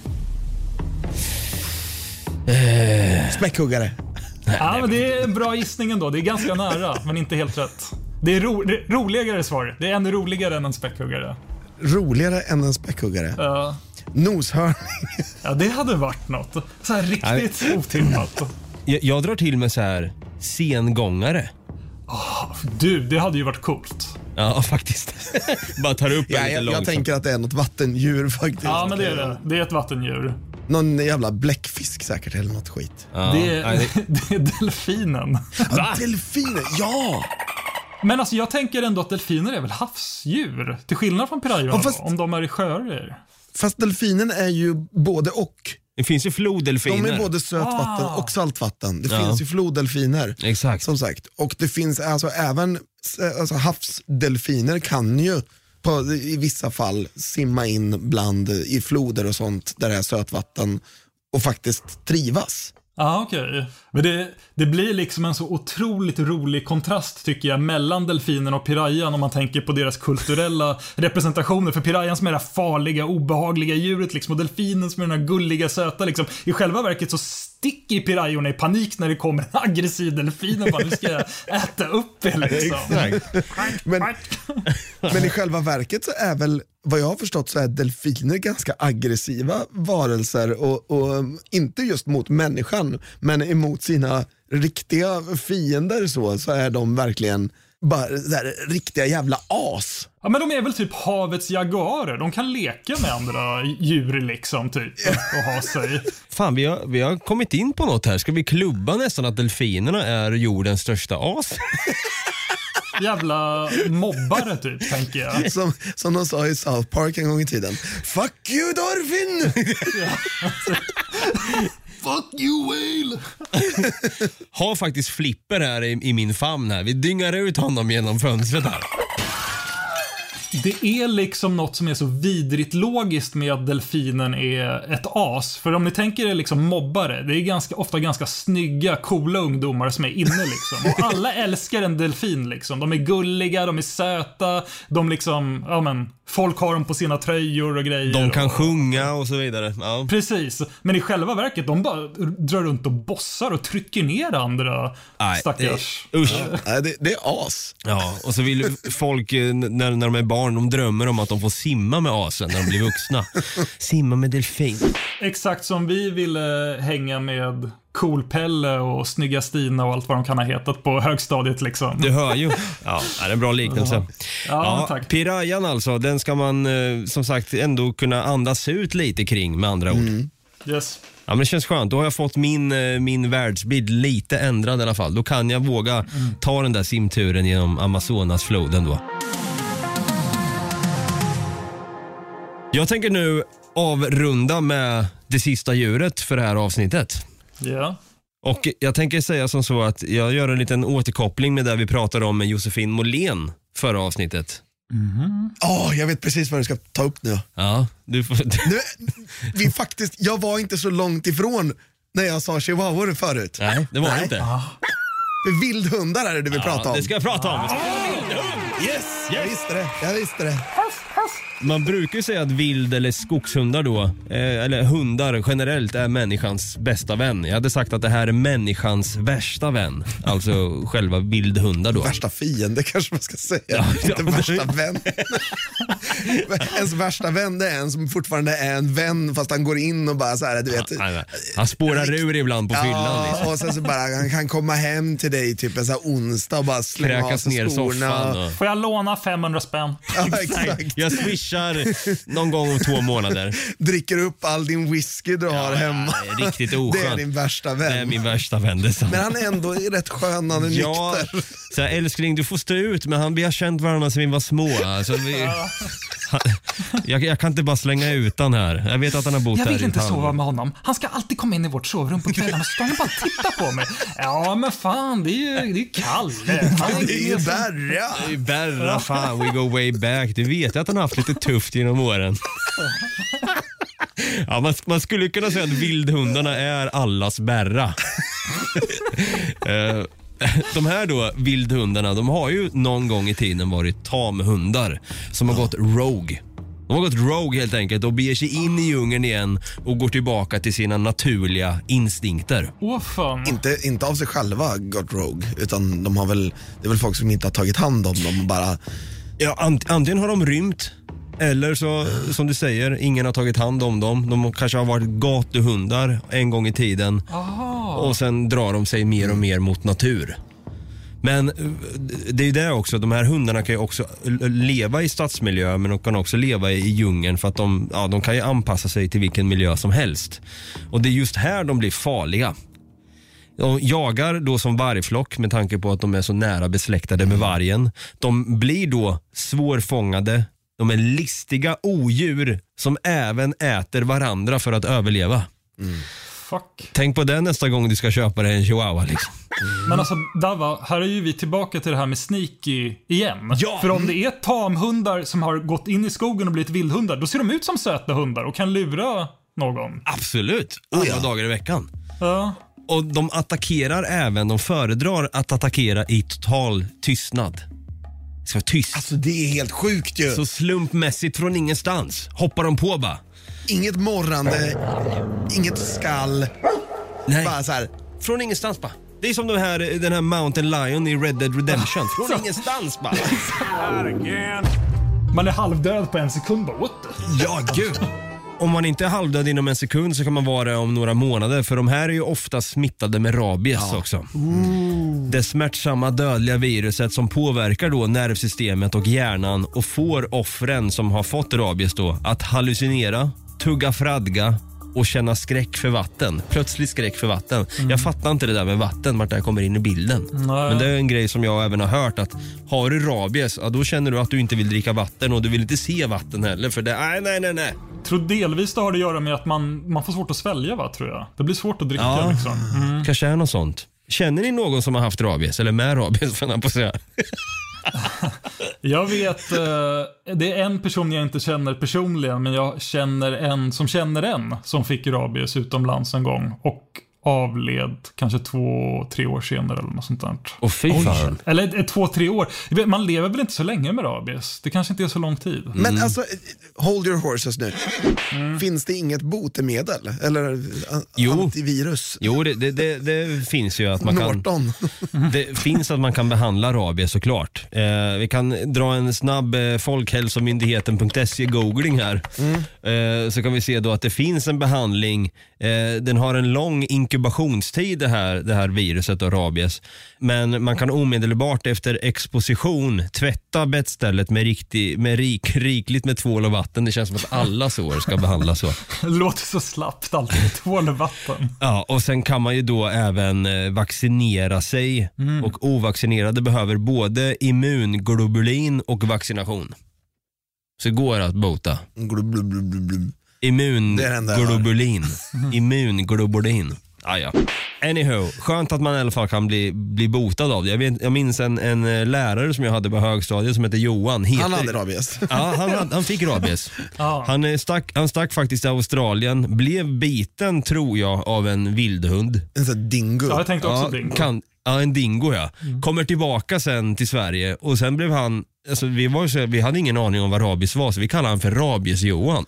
Eh. Späckhuggare. Ja, men det är en bra gissning ändå. Det är ganska nära, men inte helt rätt. Det är, ro- det är roligare svar. Det är ännu roligare än en späckhuggare. Roligare än en späckhuggare? Ja. Noshörning. Ja, det hade varit något. Så här riktigt otippat. Jag, jag drar till med så här sengångare. Oh, du, det hade ju varit coolt. Ja, faktiskt. Bara tar upp ja, lite jag, långsamt. jag tänker att det är något vattendjur faktiskt. Ja, men det är det. Det är ett vattendjur. Någon jävla bläckfisk säkert eller något skit. Ja. Det är, Nej, det... det är delfinen. Ja, delfiner, ja! Men alltså jag tänker ändå att delfiner är väl havsdjur. Till skillnad från pirayorna, Ja, fast- om de är i sjöar. Fast delfinen är ju både och. Det finns ju floddelfiner. De är både sötvatten Ah. och saltvatten. Det Ja. finns ju floddelfiner. Exakt. Som sagt. Och det finns alltså även alltså, havsdelfiner kan ju på, i vissa fall simma in bland i floder och sånt där det är sötvatten och faktiskt trivas. Ja, ah, okej. Okay. Men det, det blir liksom en så otroligt rolig kontrast tycker jag mellan delfinen och pirayan om man tänker på deras kulturella representationer. För pirayan som är det här farliga, obehagliga djuret liksom, och delfinen som är den här gulliga, söta liksom. I själva verket så sticker pirayorna i panik när det kommer en aggressiv delfin och bara, nu ska jag äta upp er liksom. men, men i själva verket så är väl, vad jag har förstått så är delfiner ganska aggressiva varelser och, och inte just mot människan men emot sina riktiga fiender så, så är de verkligen bara där riktiga jävla as. Ja, men de är väl typ havets jaguarer. De kan leka med andra djur liksom typ och ha sig. Fan, vi har, vi har kommit in på något här. Ska vi klubba nästan att delfinerna är jordens största as? Jävla mobbare typ, tänker jag. Som, som de sa i South Park en gång i tiden. Fuck you, Dorfin! Fuck you, whale! Har faktiskt Flipper här i, i min famn här. Vi dyngar ut honom genom fönstret här. Det är liksom något som är så vidrigt logiskt med att delfinen är ett as. För om ni tänker er liksom mobbare, det är ganska, ofta ganska snygga, coola ungdomar som är inne liksom. Och alla älskar en delfin liksom. De är gulliga, de är söta, de liksom, ja men, folk har dem på sina tröjor och grejer. De kan och, sjunga och så vidare. Ja. Precis, men i själva verket, de bara drar runt och bossar och trycker ner andra Nej, stackars. Det, usch. Nej, det, det är as. Ja, och så vill folk eh, när, när de är barn, de drömmer om att de får simma med asen när de blir vuxna. Simma med delfin. Exakt som vi ville hänga med Cool-Pelle och Snygga Stina och allt vad de kan ha hetat på högstadiet liksom. Du hör ju. Ja, det är en bra liknelse. Ja, Ja, tack. Pirayan alltså, den ska man eh, som sagt ändå kunna andas ut lite kring med andra ord. Yes. Ja, men det känns skönt. Då har jag fått min, eh, min världsbild lite ändrad i alla fall. Då kan jag våga mm. ta den där simturen genom Amazonasfloden då. Jag tänker nu avrunda med det sista djuret för det här avsnittet. Ja. Och jag tänker säga som så att jag gör en liten återkoppling med det vi pratade om med Josefin Måhlén förra avsnittet. Åh, oh, jag vet precis vad du ska ta upp nu. Ja, du får... nu vi faktiskt, jag var inte så långt ifrån när jag sa chihuahua förut. Nej, det var Nej. inte. För vildhundar är det du vill Ja, prata om. det ska jag prata om. Yes, jag visste det. Jag visste det. Man brukar ju säga att vild eller skogshundar då, eh, eller hundar generellt, är människans bästa vän. Jag hade sagt att det här är människans värsta vän. Alltså själva vildhundar då. Värsta fiende kanske man ska säga. Ja, inte ja, värsta vän. Ens värsta vän är en som fortfarande är en vän fast han går in och bara så här, du vet. Nej, nej. Han spårar ur ibland på Ja, fyllan liksom. och sen så bara han kan komma hem till dig typ en så här onsdag och bara slänga av Kräkas sig ner i skorna. soffan och... Får jag låna femhundra spänn? Ja, exakt. Jag swishar någon gång om två månader. Dricker upp all din whisky du har hemma. Det är riktigt oskönt. Det är din värsta vän. Det är min värsta vän, det är sant. Men han är ändå rätt skön, han är Ja, nykter. så här, älskling, du får stå ut, men han, vi har känt varandra sedan vi var små. Alltså, vi, han, jag, jag kan inte bara slänga ut han här. Jag vet att han har bott Jag här vill i inte Palma. sova med honom. Han ska alltid komma in i vårt sovrum på kvällen och så ska han bara titta på mig. Ja, men fan, det är ju det är Kalle. Han Det är ju Berra. Det är Berra, fan, we go way back. Du vet att han har haft lite tufft genom åren. Ja, man, man skulle kunna säga att vildhundarna är allas Berra. Eh, De här då vildhundarna, de har ju någon gång i tiden varit tamhundar som har gått rogue. De har gått rogue helt enkelt och beger sig in i djungeln igen och går tillbaka till sina naturliga instinkter. Åh fan. Inte, inte av sig själva gått rogue, utan de har väl, det är väl folk som inte har tagit hand om dem och bara... Ja, ant- antingen har de rymt, eller så, som du säger, ingen har tagit hand om dem. De kanske har varit gatuhundar en gång i tiden. Aha. Och sen drar de sig mer och mer mot natur. Men det är ju det också, de här hundarna kan ju också leva i stadsmiljö, men de kan också leva i djungeln för att de, ja, de kan ju anpassa sig till vilken miljö som helst. Och det är just här de blir farliga. De jagar då som vargflock med tanke på att de är så nära besläktade med vargen. De blir då svårfångade. De är listiga odjur som även äter varandra för att överleva. Mm. Fuck. Tänk på det nästa gång du ska köpa dig en chihuahua liksom. Mm. Men alltså, Dava, här är ju vi tillbaka till det här med sneaky igen. Ja. För om det är tamhundar som har gått in i skogen och blivit vildhundar, då ser de ut som söta hundar och kan lura någon. Absolut, alla oh ja. dagar i veckan. Ja. Och de attackerar även, de föredrar att attackera i total tystnad. Det ska vara tyst. Alltså det är helt sjukt ju. Så slumpmässigt från ingenstans hoppar de på bara. Inget morrande, inget skall. Nej. Bara så här. Från ingenstans bara. Det är som den här, den här Mountain Lion i Red Dead Redemption. Från ingenstans bara. Man är halvdöd på en sekund bara. What the? Ja, gud. Om man inte är halvdöd inom en sekund så kan man vara det om några månader. För de här är ju ofta smittade med rabies ja. också. Ooh. Det smärtsamma dödliga viruset som påverkar då nervsystemet och hjärnan och får offren som har fått rabies då att hallucinera, tugga fradga och känna skräck för vatten. Plötsligt skräck för vatten. Mm. Jag fattar inte det där med vatten, vart det kommer in i bilden. Nej. Men det är en grej som jag även har hört att har du rabies, ja, då känner du att du inte vill dricka vatten och du vill inte se vatten heller för det, nej, nej, nej, nej. Jag tror delvis det har att göra med att man, man får svårt att svälja, va, tror jag. Det blir svårt att dricka ja, liksom. Mm. Kanske är något sånt. Känner ni någon som har haft rabies eller med rabies, för jag på att säga? Jag vet, eh, det är en person jag inte känner personligen, men jag känner en som känner en som fick rabies utomlands en gång och avled kanske två, tre år senare eller något sånt där. Och fy fan. Eller två, tre år. Man lever väl inte så länge med rabies? Det kanske inte är så lång tid. Mm. Men alltså, hold your horses nu. Mm. Finns det inget botemedel? Eller jo. antivirus? Jo, det, det, det, det finns ju att man Norton. kan... Det finns att man kan behandla rabies såklart. Eh, vi kan dra en snabb eh, folkhälsomyndigheten punkt se-googling här. Mm. Eh, så kan vi se då att det finns en behandling. Eh, den har en lång inkubationstid det här, det här viruset och rabies. Men man kan omedelbart efter exposition tvätta bettstället med, riktig, med rik, rikligt med tvål och vatten. Det känns som att alla sår ska behandlas så. Det låter så slappt alltid med tvål och vatten. Ja, och sen kan man ju då även vaccinera sig. Mm. Och ovaccinerade behöver både immunglobulin och vaccination. Så det går att bota. Immunglobulin. Immunglobulin. Ah, ja. Anyhow, skönt att man i alla fall kan bli, bli botad av det. Jag, vet, jag minns en, en lärare som jag hade på högstadiet som heter Johan. Heter, han hade rabies. Ja, han, han, han fick rabies. Ah. Han, stack, han stack faktiskt i Australien. Blev biten, tror jag, av en vildhund. En sån dingo. Ja, jag tänkte också ja, dingo. Kan, ja, en dingo, ja. Mm. Kommer tillbaka sen till Sverige och sen blev han... Alltså, vi, var så, vi hade ingen aning om vad rabies var, så vi kallade han för Rabies-Johan.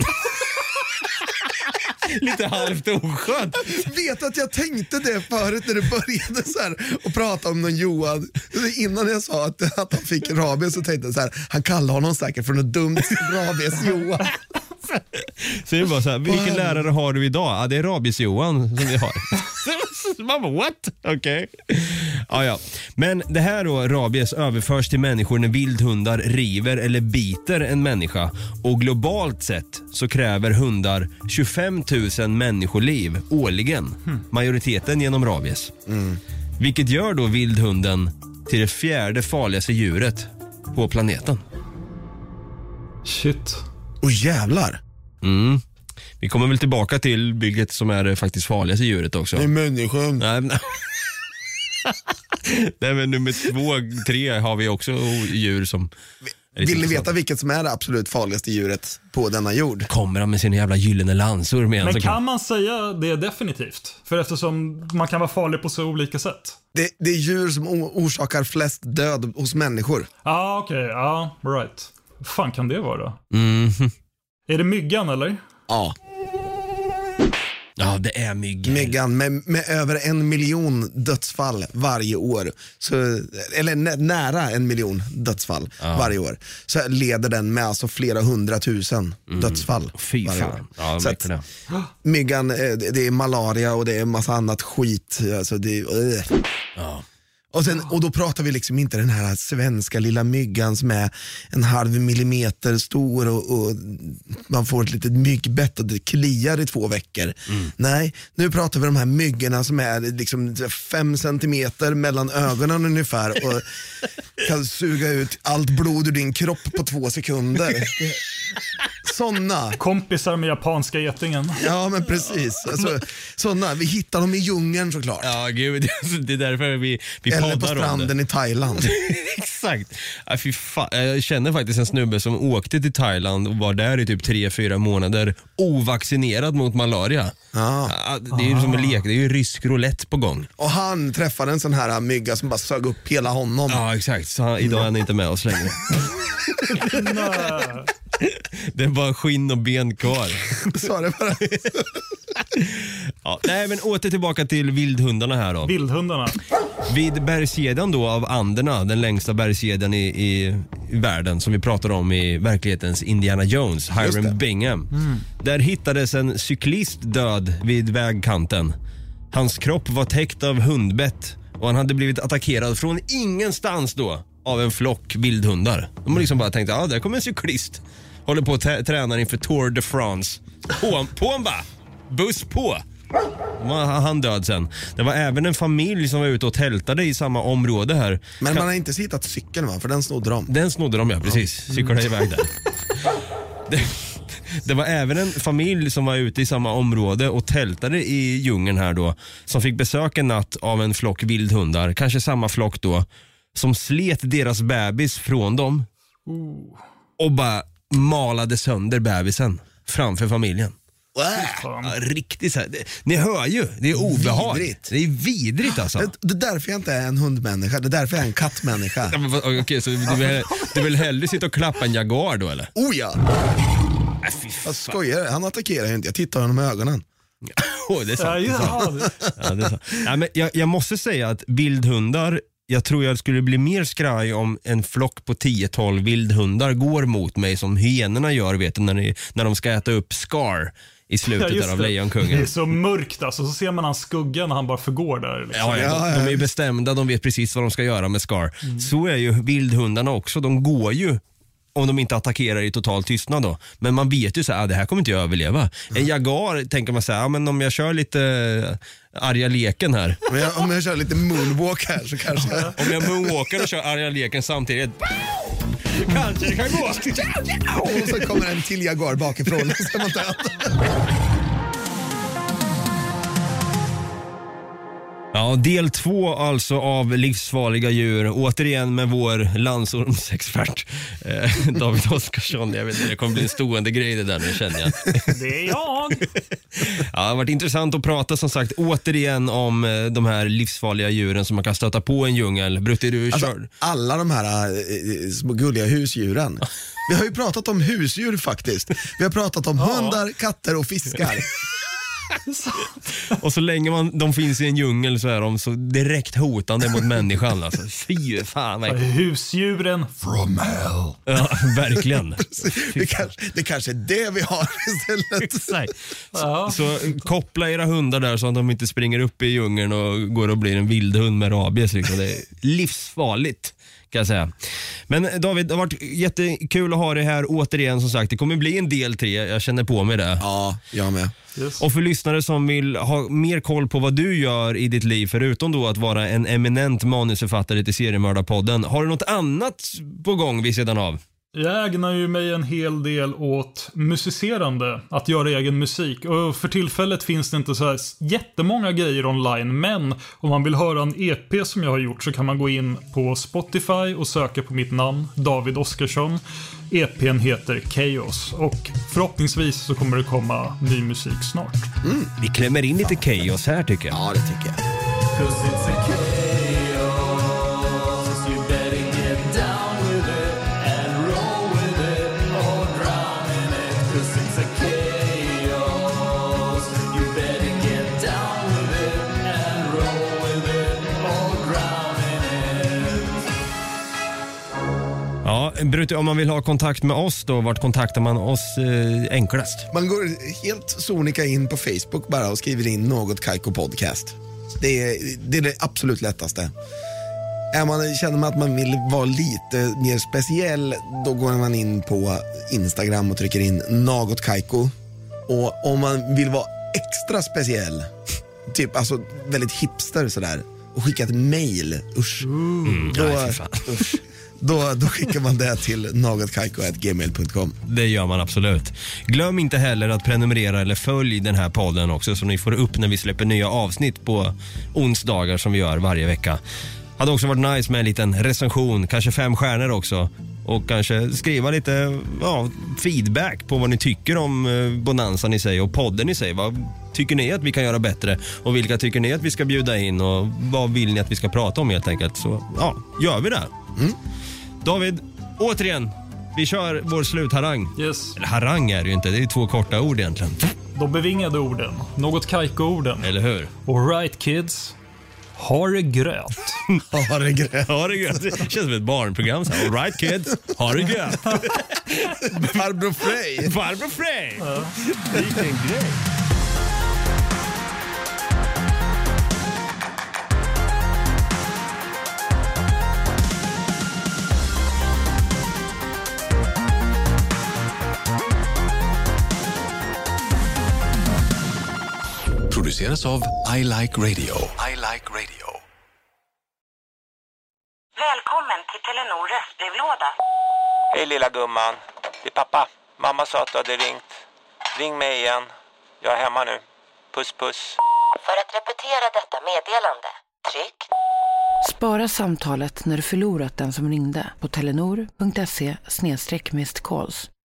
Lite halvt oskönt. Vet att jag tänkte det förut när du började så här och prata om någon Johan. Innan jag sa att, att han fick rabies så tänkte jag så här, han kallade honom säkert för något dumt rabies Johan. Så det var så här, vilken lärare har du idag? Ja, det är rabies Johan som vi har. Mamma, what? Okej. Okay. Ja, ja. Men det här då, rabies, överförs till människor när vildhundar river eller biter en människa. Och globalt sett så kräver hundar tjugofem tusen människoliv årligen. Mm. Majoriteten genom rabies. Mm. Vilket gör då vildhunden till det fjärde farligaste djuret på planeten. Shit. Åh jävlar. Mm. Vi kommer väl tillbaka till vilket som är det faktiskt farligaste djuret också. Det är människan. Nej, nej. Nej, men nummer två, tre har vi också djur som... Vill ni veta vilket som är det absolut farligaste djuret på denna jord? Kommer han med sina jävla gyllene lansor med. Men kan man säga det definitivt? För eftersom man kan vara farlig på så olika sätt. Det, det är djur som orsakar flest död hos människor. Ja, ah, okej. Okay. Ja, ah, right. Vad fan kan det vara? Mm. Är det myggan eller? Ja. Ja, det är myggan. Myggan med, med över en miljon dödsfall varje år. Så, eller nä, nära en miljon dödsfall ja. varje år. Så leder den med alltså flera hundratusen mm. dödsfall Fy varje fan. år. Ja, så att, myggan, det är malaria och det är massa annat skit. Alltså det, uh. ja. Och, sen, och då pratar vi liksom inte den här svenska lilla myggan som är en halv millimeter stor och, och man får ett litet myggbett och det kliar i två veckor. Mm. Nej, nu pratar vi de här myggorna som är liksom fem centimeter mellan ögonen ungefär och kan suga ut allt blod ur din kropp på två sekunder. Såna. Kompisar med japanska getingen. Ja, men precis. Alltså, såna. Vi hittar dem i djungeln såklart. Ja, gud. Det är därför vi, vi Eller på stranden i Thailand. Exakt. Ja, fy fan. Jag känner faktiskt en snubbe som åkte till Thailand och var där i typ tre, fyra månader ovaccinerad mot malaria. Ja. Ja, det är ju som en lek. Det är ju rysk roulette på gång. Och han träffade en sån här mygga som bara sög upp hela honom. Ja, exakt. Så han, idag är han inte med oss längre. Det är bara skinn och ben kvar. Så det bara. Ja, nej, men åter tillbaka till vildhundarna här då. Vildhundarna. Vid bergskedjan då av Anderna, den längsta bergskedjan i, i, i världen som vi pratar om i verklighetens Indiana Jones, Hiram Bingham. Mm. Där hittades en cyklist död vid vägkanten. Hans kropp var täckt av hundbett och han hade blivit attackerad från ingenstans då av en flock vildhundar. De har liksom bara tänkt, ja, där kommer en cyklist. Håller på att t- träna inför Tour de France. På, på en bara. Buss på. Han död sen. Det var även en familj som var ute och tältade i samma område här. Men man har inte hittat cykeln, va? För den snodde de. Den snodde de, ja, precis. Cyklade iväg där. det, det var även en familj som var ute i samma område och tältade i djungeln här då. Som fick besök en natt av en flock vildhundar. Kanske samma flock då. Som slet deras bebis från dem. Och bara malade sönder bebisen framför familjen. Ja, riktigt så här. Det, ni hör ju, det är obehag. Vidrigt. Det är vidrigt alltså. Det, det är därför jag inte är en hundmänniska. Det är därför jag är en kattmänniska. Ja, men, okej, okay, så du vill, du vill hellre sitta och klappa en jaguar då, eller? Oh ja. Äh, jag skojar, han attackerar ju inte. Jag tittar honom i ögonen. Oh, det är sant. Ja, ja. Ja, det är sant. Ja, men jag, jag måste säga att vildhundar, jag tror jag skulle bli mer skraj om en flock på tio tolv vildhundar går mot mig som hyenorna gör, vet du, när, ni, när de ska äta upp Scar i slutet ja, där av Lejonkungen. Det är så mörkt alltså, så ser man hans skugga när han bara förgår där. Liksom. Ja, ja, de, de är bestämda, de vet precis vad de ska göra med Scar. Mm. Så är ju vildhundarna också, de går ju om de inte attackerar i total tystnad då. Men man vet ju så här, ah, det här kommer inte jag överleva. En jaguar tänker man så här, ah, men om jag kör lite arga leken här. Om jag, om jag kör lite moonwalk här så kanske. Om jag moonwalkar och kör arga leken samtidigt. Kanske det kan gå. Och så kommer en till jaguar bakifrån. Så man tar. Ja, del två alltså av livsfarliga djur. Återigen med vår landsormsexpert eh, David Oskarsson. Jag vet inte, det kommer bli en stående grej det där nu, känner jag. Det är jag. Ja, det har varit intressant att prata som sagt återigen om eh, de här livsfarliga djuren som man kan stöta på en djungel. Brutti, du alltså, kör. Alla de här eh, små gulliga husdjuren. Vi har ju pratat om husdjur faktiskt. Vi har pratat om ja. hundar, katter och fiskar. Och så länge man, de finns i en djungel så är de så direkt hotande mot människan alltså. Fy fan. Verkligen. Husdjuren from hell. Ja, verkligen. det, kanske, det kanske är det vi har istället. Exakt. Så, så koppla era hundar där så att de inte springer upp i djungeln och går och blir en vildhund med rabies liksom. Det är livsfarligt, kan jag säga. Men David, det har varit jättekul att ha det här återigen som sagt. Det kommer bli en del tre, jag känner på mig det. Ja, jag med. Yes. Och för lyssnare som vill ha mer koll på vad du gör i ditt liv, förutom då att vara en eminent manusförfattare till Seriemördarpodden, har du något annat på gång vid sidan av? Jag ägnar ju mig en hel del åt musicerande, att göra egen musik. Och för tillfället finns det inte så här jättemånga grejer online, men om man vill höra en E P som jag har gjort så kan man gå in på Spotify och söka på mitt namn, David Oskarsson. E P:n heter Chaos och förhoppningsvis så kommer det komma ny musik snart. Mm. Vi klämmer in lite Chaos här tycker jag. Ja, det tycker jag. Ja, Brutti, om man vill ha kontakt med oss då, vart kontaktar man oss eh, enklast? Man går helt sonika in på Facebook bara och skriver in något Kaiko Podcast. Det är, det är det absolut lättaste. Är man, känner man att man vill vara lite mer speciell, då går man in på Instagram och trycker in Något Kaiko. Och om man vill vara extra speciell, typ alltså väldigt hipster sådär, och skicka ett mail, usch, Mm, då, nej, för fan. usch då, då skickar man det till någotkaiko at gmail punkt com. Det gör man absolut. Glöm inte heller att prenumerera eller följ den här podden också, så ni får upp när vi släpper nya avsnitt på onsdagar som vi gör varje vecka. Hade också varit nice med en liten recension, kanske fem stjärnor också. Och kanske skriva lite ja, feedback på vad ni tycker om eh, Bonanzan i sig och podden i sig. Vad tycker ni att vi kan göra bättre? Och vilka tycker ni att vi ska bjuda in? Och vad vill ni att vi ska prata om helt enkelt? Så ja, gör vi det. Mm. David, återigen, vi kör vår slutharang. Yes. Eller harang är det ju inte, det är ju två korta ord egentligen. De bevingade orden, Något Kaiko-orden. Eller hur? All right kids, ha det gröt. Ha det gröt. Ha det gröt. Det känns som ett barnprogram så här. All right kids, ha det gröt. Farbror Frey. Farbror Frey. Ja. Vilken grej. Produceras av I Like Radio. I Like Radio. Välkommen till Telenor röstbrevlåda. Hej lilla gumman. Det är pappa. Mamma sa att du hade ringt. Ring mig igen. Jag är hemma nu. Puss puss. För att repetera detta meddelande, tryck. Spara samtalet när du förlorat den som ringde på telenor punkt se slash missed calls.